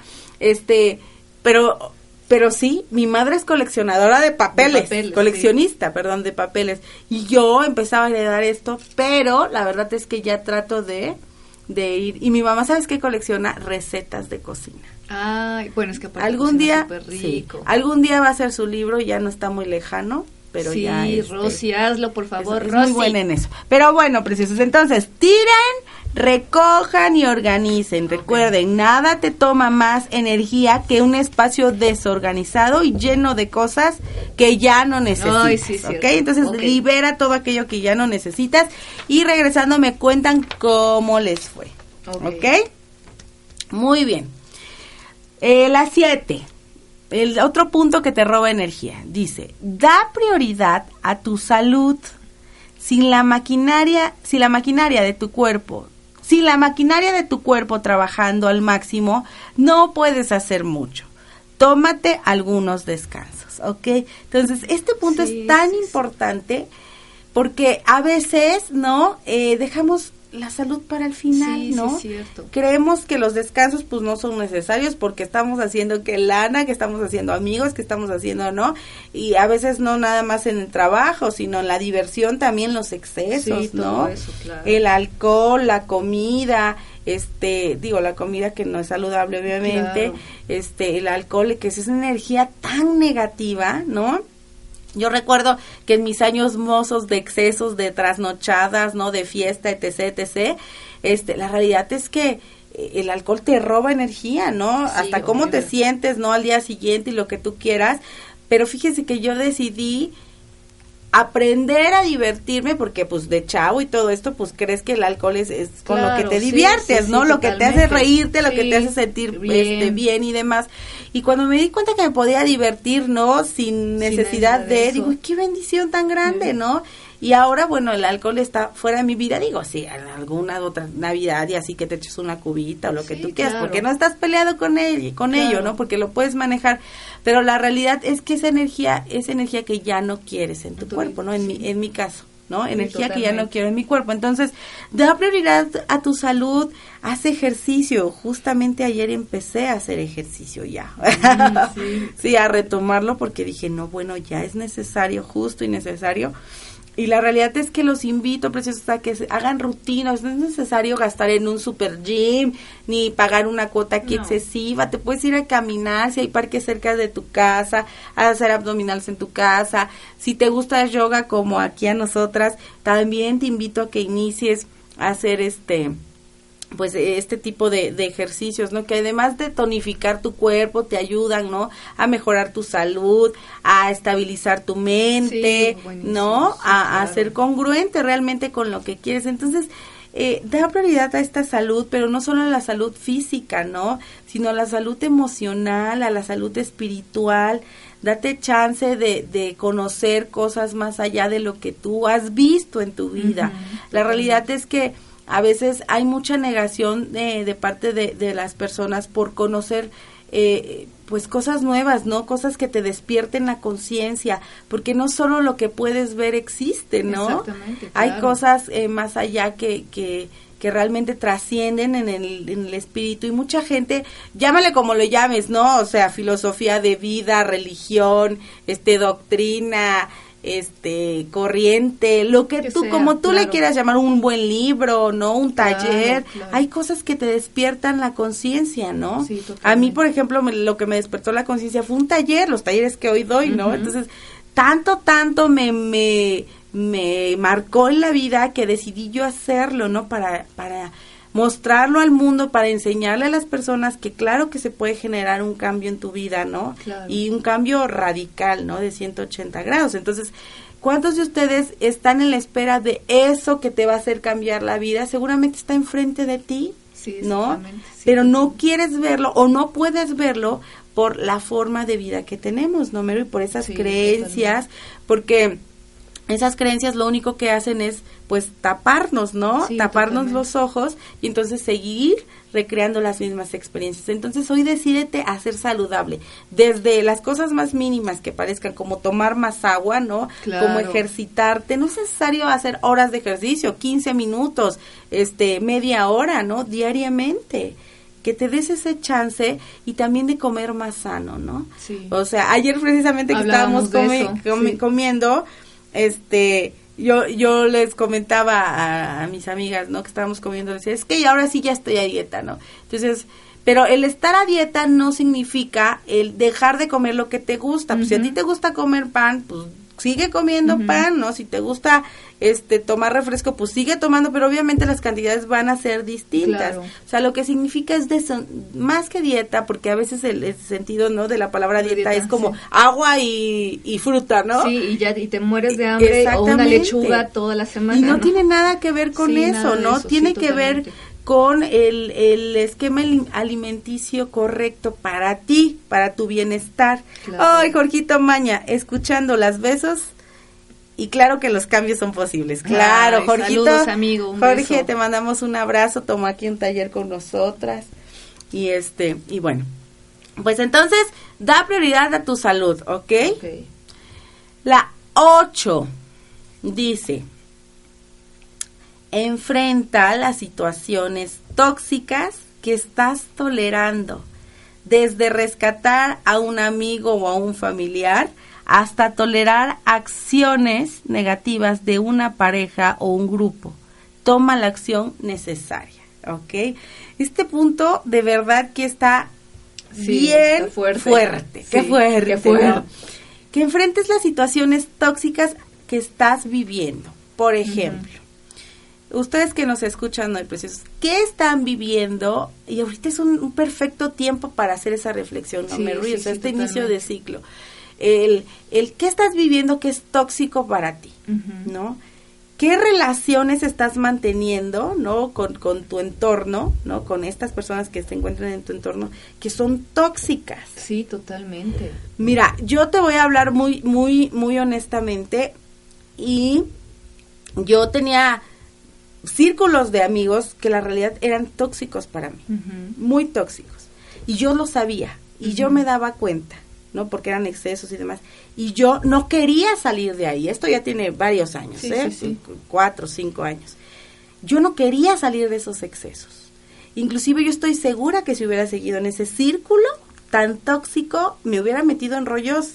Pero sí, mi madre es coleccionadora de papeles, coleccionista, perdón, de papeles, y yo empezaba a heredar esto, pero la verdad es que ya trato de ir, y mi mamá, ¿sabes qué colecciona? Recetas de cocina.
Ay, bueno, es que
algún día,
rico.
Algún día va a ser su libro, ya no está muy lejano, pero ya
Rosy, hazlo, por favor,
es
Rosy.
Muy buena en eso. Pero bueno, preciosos, entonces, tiren, recojan y organicen. Recuerden, nada te toma más energía que un espacio desorganizado y lleno de cosas que ya no necesitas, ¿ok? Entonces, libera todo aquello que ya no necesitas y regresando me cuentan cómo les fue, ¿ok? Muy bien. La 7. El otro punto que te roba energía. Dice, da prioridad a tu salud. Si la maquinaria de tu cuerpo trabajando al máximo, no puedes hacer mucho. Tómate algunos descansos, ¿ok? Entonces, este punto es tan importante porque a veces, ¿no? Dejamos la salud para el final, ¿no?
Sí, cierto.
Creemos que los descansos pues no son necesarios porque estamos haciendo que estamos haciendo amigos, que estamos haciendo, ¿no? Y a veces no nada más en el trabajo, sino en la diversión también los excesos, ¿no?
Todo eso, claro.
El alcohol, la comida, la comida que no es saludable obviamente, claro. El alcohol, que es esa energía tan negativa, ¿no? Yo recuerdo que en mis años mozos de excesos, de trasnochadas, ¿no? De fiesta, etc., la realidad es que el alcohol te roba energía, ¿no? Sí, hasta cómo te sientes, ¿no? Al día siguiente y lo que tú quieras. Pero fíjese que yo decidí aprender a divertirme porque pues de chavo y todo esto pues crees que el alcohol es con lo que te diviertes, ¿no? Lo que te hace reírte, lo que te hace sentir bien y demás. Y cuando me di cuenta que me podía divertir, ¿no? Sin necesidad de digo, qué bendición tan grande, ¿no? Y ahora, bueno, el alcohol está fuera de mi vida, digo, sí, en alguna otra Navidad y así que te eches una cubita o lo que tú quieras, porque no estás peleado con ello, ¿no? Porque lo puedes manejar, pero la realidad es que esa energía que ya no quieres en tu cuerpo, ¿no? En mi caso, ¿no? Energía que ya no quiero en mi cuerpo. Entonces, da prioridad a tu salud, haz ejercicio. Justamente ayer empecé a hacer ejercicio ya. Sí, a retomarlo porque dije, no, bueno, ya es necesario, justo y necesario. Y la realidad es que los invito, preciosos, a que hagan rutinas. No es necesario gastar en un super gym, ni pagar una cuota aquí excesiva. Te puedes ir a caminar, si hay parques cerca de tu casa, a hacer abdominales en tu casa. Si te gusta el yoga, como aquí a nosotras, también te invito a que inicies a hacer pues este tipo de ejercicios, ¿no? Que además de tonificar tu cuerpo, te ayudan, ¿no? A mejorar tu salud, a estabilizar tu mente,
sí,
¿no?
Sí,
a ser congruente realmente con lo que quieres. Entonces, da prioridad a esta salud, pero no solo a la salud física, ¿no? Sino a la salud emocional, a la salud espiritual. Date chance de conocer cosas más allá de lo que tú has visto en tu vida. La realidad es que a veces hay mucha negación de parte de las personas por conocer pues cosas nuevas, ¿no? Cosas que te despierten la conciencia, porque no solo lo que puedes ver existe, ¿no?
Exactamente, claro.
Hay cosas más allá que realmente trascienden en el espíritu, y mucha gente, llámale como lo llames, ¿no? O sea, filosofía de vida, religión, doctrina, corriente, lo que tú, sea, como tú le quieras llamar, un buen libro, ¿no? Un taller, claro. Hay cosas que te despiertan la conciencia, ¿no? Sí, a mí, por ejemplo, lo que me despertó la conciencia fue un taller, los talleres que hoy doy, ¿no? Entonces, tanto me marcó en la vida que decidí yo hacerlo, ¿no? Para mostrarlo al mundo, para enseñarle a las personas que claro que se puede generar un cambio en tu vida, ¿no? Claro. Y un cambio radical, ¿no? De 180 grados. Entonces, ¿cuántos de ustedes están en la espera de eso que te va a hacer cambiar la vida? Seguramente está enfrente de ti, sí, ¿no? Sí, pero no quieres verlo o no puedes verlo por la forma de vida que tenemos, ¿no, Mero? Y por esas creencias, totalmente. Porque esas creencias lo único que hacen es, pues, taparnos, ¿no? Sí, taparnos totalmente. Los ojos y entonces seguir recreando las mismas experiencias. Entonces, hoy decídete a ser saludable. Desde las cosas más mínimas que parezcan, como tomar más agua, ¿no? Claro. Como ejercitarte. No es necesario hacer horas de ejercicio, 15 minutos, media hora, ¿no? Diariamente. Que te des ese chance y también de comer más sano, ¿no? Sí. O sea, ayer precisamente que estábamos comiendo, yo les comentaba a mis amigas, ¿no? Que estábamos comiendo, decía, es que ahora sí ya estoy a dieta, ¿no? Entonces, pero el estar a dieta no significa el dejar de comer lo que te gusta. Pues si a ti te gusta comer pan, pues sigue comiendo pan, ¿no? Si te gusta tomar refresco, pues sigue tomando, pero obviamente las cantidades van a ser distintas. Claro. O sea, lo que significa es más que dieta, porque a veces el sentido, ¿no? De la palabra dieta es como agua y fruta, ¿no?
Sí, y te mueres de hambre o una lechuga toda la semana.
Y no tiene nada que ver con eso, ¿no? Tiene que ver con el esquema alimenticio correcto para ti, para tu bienestar. Claro. Ay, Jorgito Maña, escuchando las besos, y claro que los cambios son posibles. Claro, Jorgito.
Saludos, amigo.
Jorge,
beso.
Te mandamos un abrazo, tomó aquí un taller con nosotras. Y y bueno, pues entonces, da prioridad a tu salud, ¿ok? La 8 dice: enfrenta las situaciones tóxicas que estás tolerando, desde rescatar a un amigo o a un familiar hasta tolerar acciones negativas de una pareja o un grupo. Toma la acción necesaria, ¿ok? Este punto de verdad que está bien fuerte. Qué fuerte. ¿No? Que enfrentes las situaciones tóxicas que estás viviendo. Por ejemplo, ustedes que nos escuchan hoy, preciosos, ¿qué están viviendo? Y ahorita es un perfecto tiempo para hacer esa reflexión, ¿no, Mary? O sea, inicio de ciclo. El ¿qué estás viviendo que es tóxico para ti? ¿No? ¿Qué relaciones estás manteniendo, ¿no? Con tu entorno, ¿no? Con estas personas que se encuentran en tu entorno, que son tóxicas.
Sí, totalmente.
Mira, yo te voy a hablar muy, muy, muy honestamente, y yo tenía círculos de amigos que la realidad eran tóxicos para mí, muy tóxicos, y yo lo sabía, y yo me daba cuenta, ¿no? Porque eran excesos y demás, y yo no quería salir de ahí. Esto ya tiene varios años, 4 o 5 años. Yo no quería salir de esos excesos. Inclusive yo estoy segura que si hubiera seguido en ese círculo tan tóxico, me hubiera metido en rollos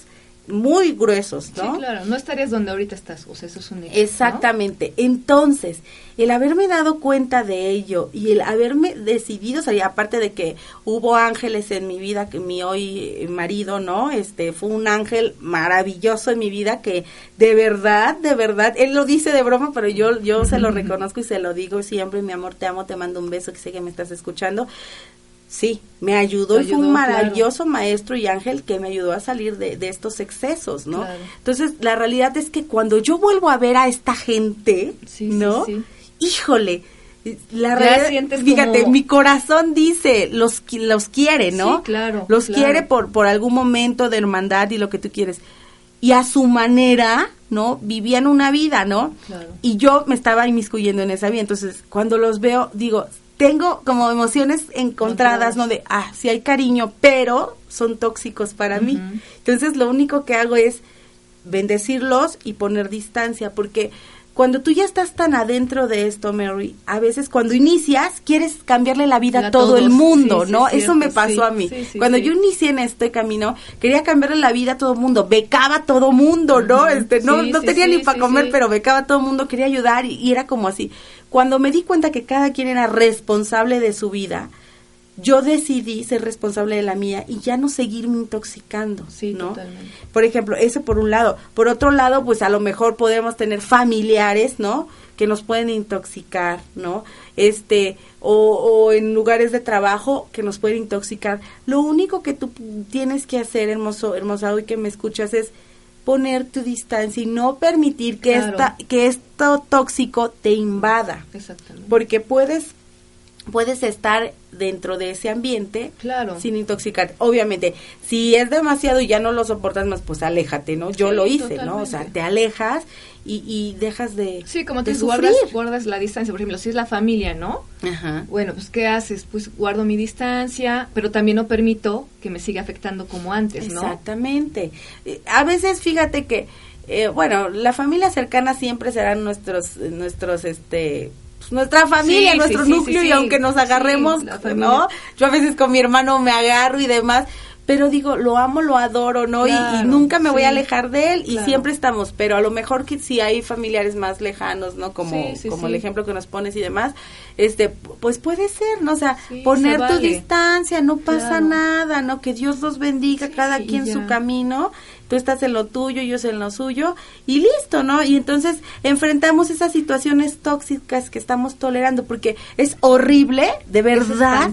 muy gruesos, ¿no?
Sí, claro, no estarías donde ahorita estás, o sea, eso es un hecho,
exactamente, ¿no? Entonces, el haberme dado cuenta de ello y el haberme decidido, o sea, aparte de que hubo ángeles en mi vida, que mi hoy marido, ¿no? Fue un ángel maravilloso en mi vida que de verdad, él lo dice de broma, pero yo se lo reconozco y se lo digo siempre, mi amor, te amo, te mando un beso, que sé que me estás escuchando. Sí, me ayudó y fue un maravilloso maestro y ángel que me ayudó a salir de estos excesos, ¿no? Claro. Entonces, la realidad es que cuando yo vuelvo a ver a esta gente, ¿no? Sí. Híjole, la realidad, fíjate, como... mi corazón dice, los quiere, ¿no?
Sí, claro.
Los quiere por algún momento de hermandad y lo que tú quieres. Y a su manera, ¿no? Vivían una vida, ¿no? Claro. Y yo me estaba inmiscuyendo en esa vida. Entonces, cuando los veo, digo... tengo como emociones encontradas, ¿no? De, sí hay cariño, pero son tóxicos para mí. Entonces, lo único que hago es bendecirlos y poner distancia, porque cuando tú ya estás tan adentro de esto, Mary, a veces cuando inicias, quieres cambiarle la vida a todo el mundo, ¿no? Sí, eso me pasó a mí. Cuando yo inicié en este camino, quería cambiarle la vida a todo el mundo, becaba a todo el mundo, ¿no? No tenía ni para comer, pero becaba a todo el mundo, quería ayudar y era como así. Cuando me di cuenta que cada quien era responsable de su vida, yo decidí ser responsable de la mía y ya no seguirme intoxicando, ¿no? Totalmente. Por ejemplo, eso por un lado. Por otro lado, pues a lo mejor podemos tener familiares, ¿no? Que nos pueden intoxicar, ¿no? O en lugares de trabajo que nos pueden intoxicar. Lo único que tú tienes que hacer, hermosa, hoy que me escuchas, es poner tu distancia y no permitir que que esto tóxico te invada.
Exactamente.
Porque puedes estar dentro de ese ambiente sin intoxicarte. Obviamente, si es demasiado y ya no lo soportas más, pues aléjate, ¿no? Yo lo hice, totalmente. ¿no? O sea, te alejas y dejas de
sí, como te guardas la distancia. Por ejemplo, si es la familia, ¿no? Ajá. Bueno, pues ¿qué haces? Pues guardo mi distancia, pero también no permito que me siga afectando como antes, ¿no?
Exactamente. A veces, fíjate que, la familia cercana siempre serán nuestra familia, nuestro núcleo, y aunque nos agarremos, ¿no? Yo a veces con mi hermano me agarro y demás, pero digo, lo amo, lo adoro, ¿no? Claro, y nunca me voy a alejar de él, y siempre estamos, pero a lo mejor que si hay familiares más lejanos, ¿no? Como el ejemplo que nos pones y demás, pues puede ser, ¿no? O sea, poner tu distancia, no pasa nada, ¿no? Que Dios los bendiga, cada quien su camino, tú estás en lo tuyo, yo en lo suyo, y listo, ¿no? Y entonces enfrentamos esas situaciones tóxicas que estamos tolerando, porque es horrible, de verdad,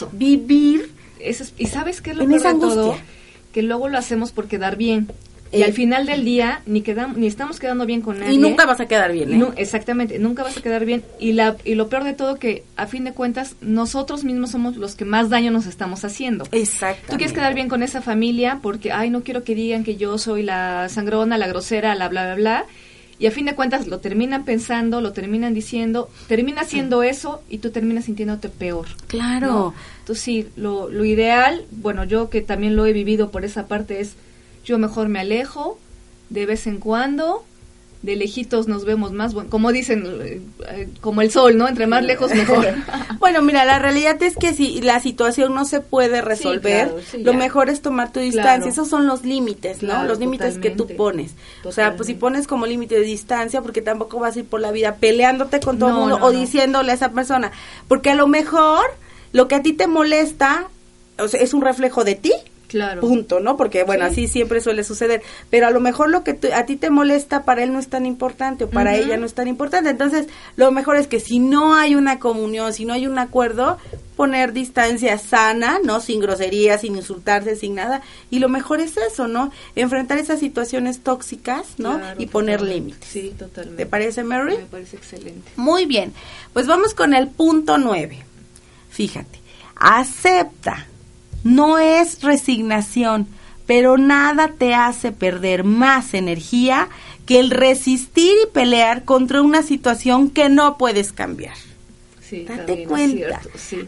vivir.
¿Y sabes qué es lo peor de todo? Que luego lo hacemos por quedar bien. Y al final del día ni estamos quedando bien con nadie.
Y nunca vas a quedar bien, ¿eh?
No, exactamente, nunca vas a quedar bien. Y lo peor de todo, que a fin de cuentas nosotros mismos somos los que más daño nos estamos haciendo.
Exactamente.
Tú quieres quedar bien con esa familia porque, no quiero que digan que yo soy la sangrona, la grosera, la bla, bla, bla. Y a fin de cuentas lo terminan pensando, lo terminan diciendo, termina siendo eso y tú terminas sintiéndote peor.
Claro.
¿No? Entonces sí, lo ideal, bueno, yo que también lo he vivido por esa parte, es yo mejor me alejo de vez en cuando, de lejitos nos vemos más, bueno, como dicen, como el sol, ¿no? Entre más lejos mejor.
Bueno, mira, la realidad es que si la situación no se puede resolver, lo mejor es tomar tu distancia. Esos son los límites, ¿no? Los límites que tú pones. O sea, pues si pones como límite de distancia, porque tampoco vas a ir por la vida peleándote con todo el mundo o diciéndole a esa persona, porque a lo mejor lo que a ti te molesta, o sea, es un reflejo de ti.
Claro.
Punto, ¿no? Porque, bueno, así siempre suele suceder. Pero a lo mejor lo que a ti te molesta, para él no es tan importante, o para ella no es tan importante. Entonces, lo mejor es que si no hay una comunión, si no hay un acuerdo, poner distancia sana, ¿no? Sin groserías, sin insultarse, sin nada. Y lo mejor es eso, ¿no? Enfrentar esas situaciones tóxicas, ¿no?
Claro,
y poner límites.
Sí, totalmente.
¿Te parece, Mary?
Me parece excelente.
Muy bien. Pues vamos con el punto 9. Fíjate. Acepta. No es resignación, pero nada te hace perder más energía que el resistir y pelear contra una situación que no puedes cambiar.
Sí,
date cuenta,
sí.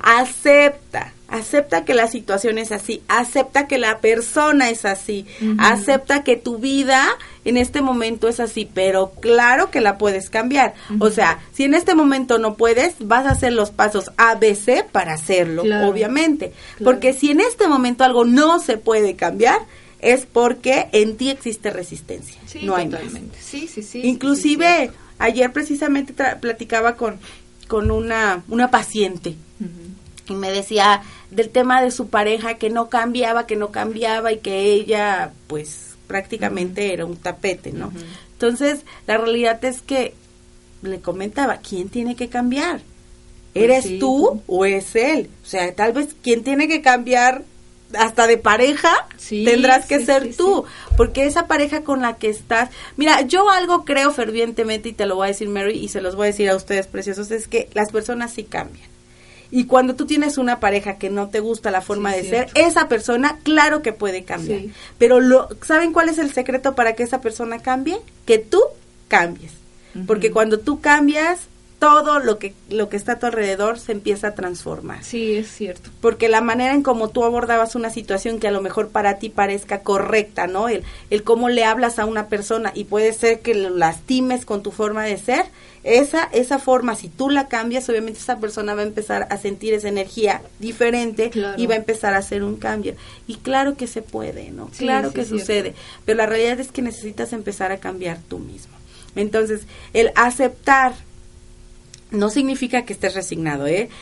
Acepta que la situación es así, acepta que la persona es así, acepta que tu vida en este momento es así, pero claro que la puedes cambiar. O sea, si en este momento no puedes, vas a hacer los pasos A, B, C para hacerlo, obviamente. Porque si en este momento algo no se puede cambiar, es porque en ti existe resistencia,
Sí,
no hay
totalmente.
más.
Sí.
Inclusive, ayer precisamente platicaba con una paciente, y me decía del tema de su pareja que no cambiaba y que ella pues prácticamente era un tapete, ¿no? Entonces la realidad es que le comentaba, ¿quién tiene que cambiar? ¿Eres tú o es él? O sea, tal vez quien tiene que cambiar hasta de pareja tendrás que ser tú, porque esa pareja con la que estás, mira, yo algo creo fervientemente y te lo voy a decir, Mary, y se los voy a decir a ustedes preciosos, es que las personas sí cambian. Y cuando tú tienes una pareja que no te gusta la forma de ser, esa persona, claro que puede cambiar. Sí. Pero ¿saben cuál es el secreto para que esa persona cambie? Que tú cambies. Porque cuando tú cambias, todo lo que está a tu alrededor se empieza a transformar.
Sí, es cierto.
Porque la manera en cómo tú abordabas una situación que a lo mejor para ti parezca correcta, ¿no? El cómo le hablas a una persona y puede ser que lo lastimes con tu forma de ser, esa forma, si tú la cambias, obviamente esa persona va a empezar a sentir esa energía diferente y va a empezar a hacer un cambio. Y claro que se puede, ¿no? Sí, claro que sucede. Pero la realidad es que necesitas empezar a cambiar tú mismo. Entonces, el aceptar no significa que estés resignado,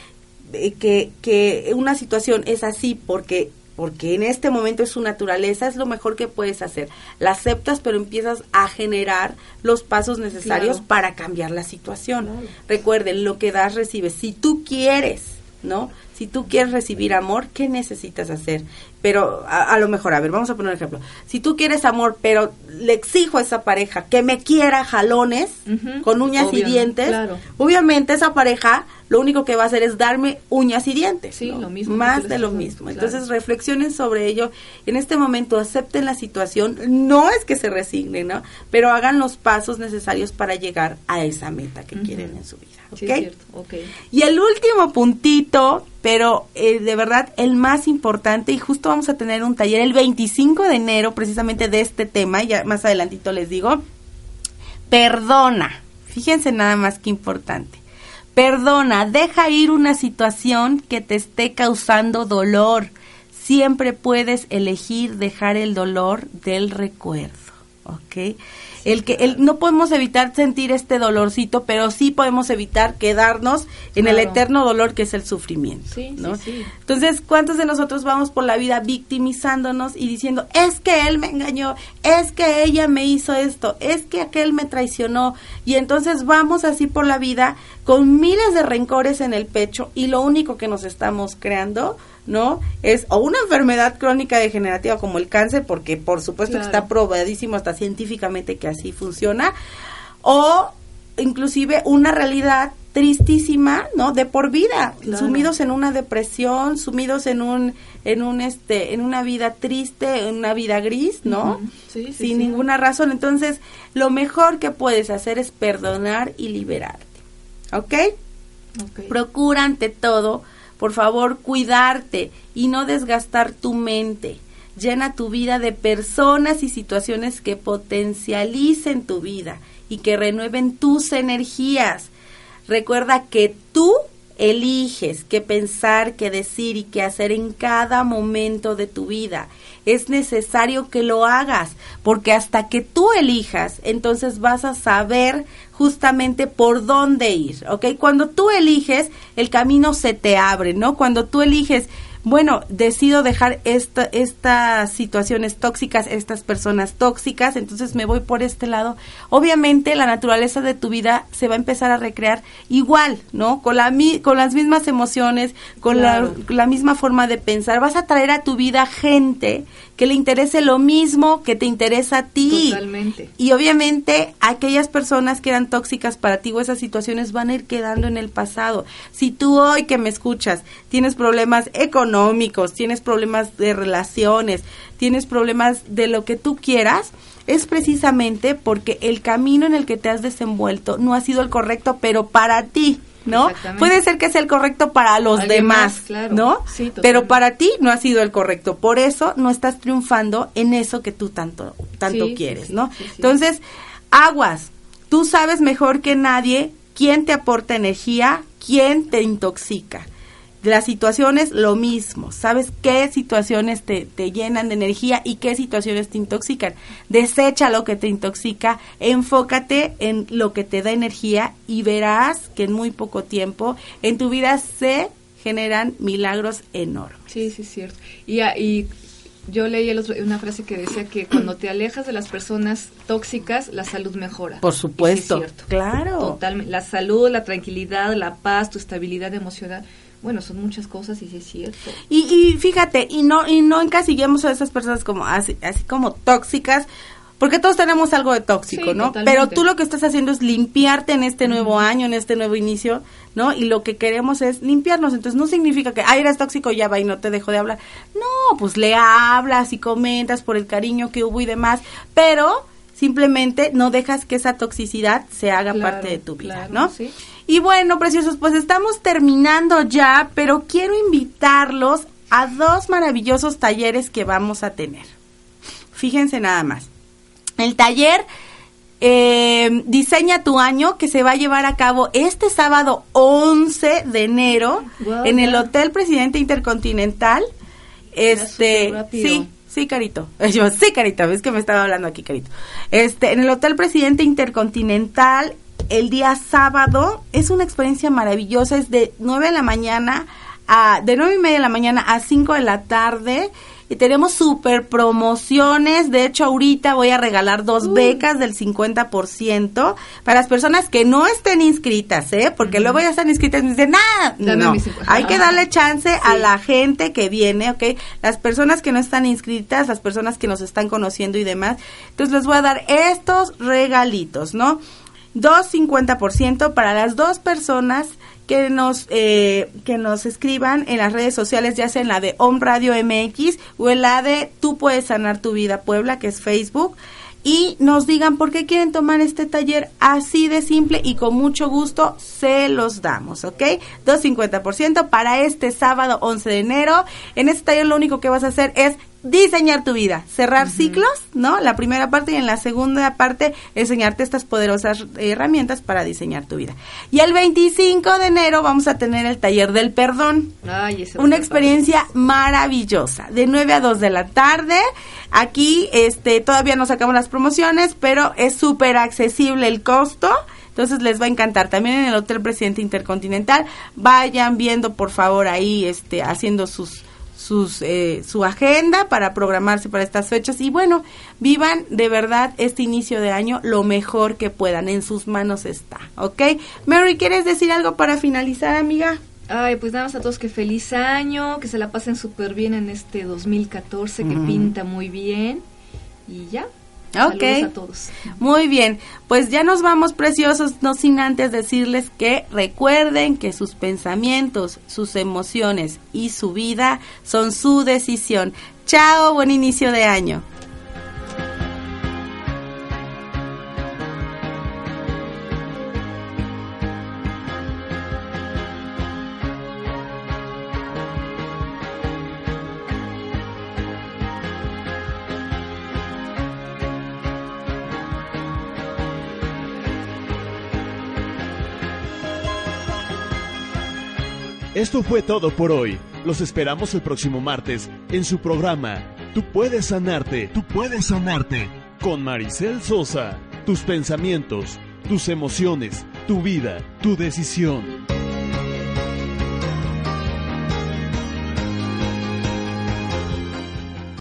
que una situación es así porque en este momento es su naturaleza, es lo mejor que puedes hacer. La aceptas, pero empiezas a generar los pasos necesarios para cambiar la situación. Recuerden, lo que das, recibes. Si tú quieres, ¿no? Si tú quieres recibir amor, ¿qué necesitas hacer? Pero a lo mejor, a ver, vamos a poner un ejemplo. Si tú quieres amor, pero le exijo a esa pareja que me quiera jalones, con uñas y dientes, obviamente esa pareja lo único que va a hacer es darme uñas y dientes. Sí, ¿no? Lo mismo. Más de lo mismo. Entonces, reflexionen sobre ello. En este momento, acepten la situación. No es que se resignen, ¿no? Pero hagan los pasos necesarios para llegar a esa meta que quieren en su vida. ¿Ok?
Sí, es cierto. Okay.
Y el último puntito, pero de verdad el más importante, y justo vamos a tener un taller el 25 de enero precisamente de este tema, ya más adelantito les digo, perdona. Fíjense nada más que importante. Perdona, deja ir una situación que te esté causando dolor. Siempre puedes elegir dejar el dolor del recuerdo, ¿ok? No podemos evitar sentir este dolorcito, pero sí podemos evitar quedarnos en el eterno dolor que es el sufrimiento, ¿no? Sí. Entonces, ¿cuántos de nosotros vamos por la vida victimizándonos y diciendo, es que él me engañó, es que ella me hizo esto, es que aquel me traicionó? Y entonces vamos así por la vida con miles de rencores en el pecho y lo único que nos estamos creando, ¿no? Es o una enfermedad crónica degenerativa como el cáncer, porque por supuesto que está probadísimo hasta científicamente que así funciona, o inclusive una realidad tristísima, ¿no? De por vida, sumidos en una depresión, sumidos en una vida triste, en una vida gris, ¿no? Sin ninguna razón. Entonces, lo mejor que puedes hacer es perdonar y liberarte. ¿Ok? Procura ante todo, por favor, cuidarte y no desgastar tu mente. Llena tu vida de personas y situaciones que potencialicen tu vida y que renueven tus energías. Recuerda que tú eliges qué pensar, qué decir y qué hacer en cada momento de tu vida. Es necesario que lo hagas, porque hasta que tú elijas, entonces vas a saber justamente por dónde ir, ¿ok? Cuando tú eliges, el camino se te abre, ¿no? Cuando tú eliges, bueno, decido dejar estas situaciones tóxicas, estas personas tóxicas, entonces me voy por este lado. Obviamente la naturaleza de tu vida se va a empezar a recrear igual, ¿no? Con las mismas emociones, con la misma forma de pensar. Vas a traer a tu vida gente que le interese lo mismo que te interesa a ti.
Totalmente.
Y obviamente aquellas personas que eran tóxicas para ti o esas situaciones van a ir quedando en el pasado. Si tú hoy que me escuchas tienes problemas económicos, tienes problemas de relaciones, tienes problemas de lo que tú quieras, es precisamente porque el camino en el que te has desenvuelto no ha sido el correcto, pero para ti, ¿no? Puede ser que sea el correcto para los demás, ¿no? Sí, pero para ti no ha sido el correcto. Por eso no estás triunfando en eso que tú tanto quieres, ¿no? Sí. Entonces, aguas. Tú sabes mejor que nadie quién te aporta energía, quién te intoxica. Las situaciones, lo mismo. ¿Sabes qué situaciones te llenan de energía y qué situaciones te intoxican? Desecha lo que te intoxica, enfócate en lo que te da energía y verás que en muy poco tiempo en tu vida se generan milagros enormes.
Sí, sí, es cierto. Y yo leí una frase que decía que cuando te alejas de las personas tóxicas, la salud mejora.
Por supuesto,
sí, es cierto.
Claro.
Totalmente. La salud, la tranquilidad, la paz, tu estabilidad emocional. Bueno, son muchas cosas y sí es cierto.
Y fíjate, y no encasillemos a esas personas como así como tóxicas, porque todos tenemos algo de tóxico,
sí,
¿no?
Totalmente.
Pero tú lo que estás haciendo es limpiarte en este nuevo año, en este nuevo inicio, ¿no? Y lo que queremos es limpiarnos. Entonces no significa que, eres tóxico, ya va y no te dejo de hablar. No, pues le hablas y comentas por el cariño que hubo y demás, pero simplemente no dejas que esa toxicidad se haga parte de tu vida, ¿no?
Sí.
Y bueno, preciosos, pues estamos terminando ya, pero quiero invitarlos a 2 maravillosos talleres que vamos a tener. Fíjense nada más. El taller Diseña tu año, que se va a llevar a cabo este sábado 11 de enero en el Hotel Presidente Intercontinental. Sí, Carito. Yo, sí, Carito, ves que me estaba hablando aquí, Carito. En el Hotel Presidente Intercontinental, el día sábado, es una experiencia maravillosa, es de 9 de la mañana de 9:30 de la mañana a 5 de la tarde, y tenemos super promociones. De hecho, ahorita voy a regalar 2 becas del 50% para las personas que no estén inscritas, porque luego ya están inscritas y me dicen, no, hay que darle chance a la gente que viene, ¿ok? Las personas que no están inscritas, las personas que nos están conociendo y demás, entonces les voy a dar estos regalitos, ¿no? 250% para las 2 personas que nos escriban en las redes sociales, ya sea en la de Om Radio MX o en la de Tú Puedes Sanar Tu Vida Puebla, que es Facebook, y nos digan por qué quieren tomar este taller, así de simple, y con mucho gusto se los damos, ¿ok? 250% para este sábado 11 de enero. En este taller lo único que vas a hacer es diseñar tu vida, cerrar ciclos, ¿no? La primera parte, y en la segunda parte enseñarte estas poderosas herramientas para diseñar tu vida. Y el 25 de enero vamos a tener el taller del perdón. Una experiencia maravillosa, de 9 a 2 de la tarde. Aquí todavía no sacamos las promociones, pero es súper accesible el costo. Entonces les va a encantar. También en el Hotel Presidente Intercontinental. Vayan viendo, por favor, ahí haciendo su agenda para programarse para estas fechas, y bueno, vivan de verdad este inicio de año lo mejor que puedan, en sus manos está, ¿ok? Mary, ¿quieres decir algo para finalizar, amiga?
Pues nada más a todos que feliz año, que se la pasen súper bien en este 2014, que pinta muy bien, y ya.
Okay.
Saludos a todos.
Muy bien, pues ya nos vamos, preciosos, no sin antes decirles que recuerden que sus pensamientos, sus emociones y su vida son su decisión. Chao, buen inicio de año.
Esto fue todo por hoy. Los esperamos el próximo martes en su programa Tú Puedes Sanarte, Tú Puedes Sanarte, con Maricel Sosa. Tus pensamientos, tus emociones, tu vida, tu decisión.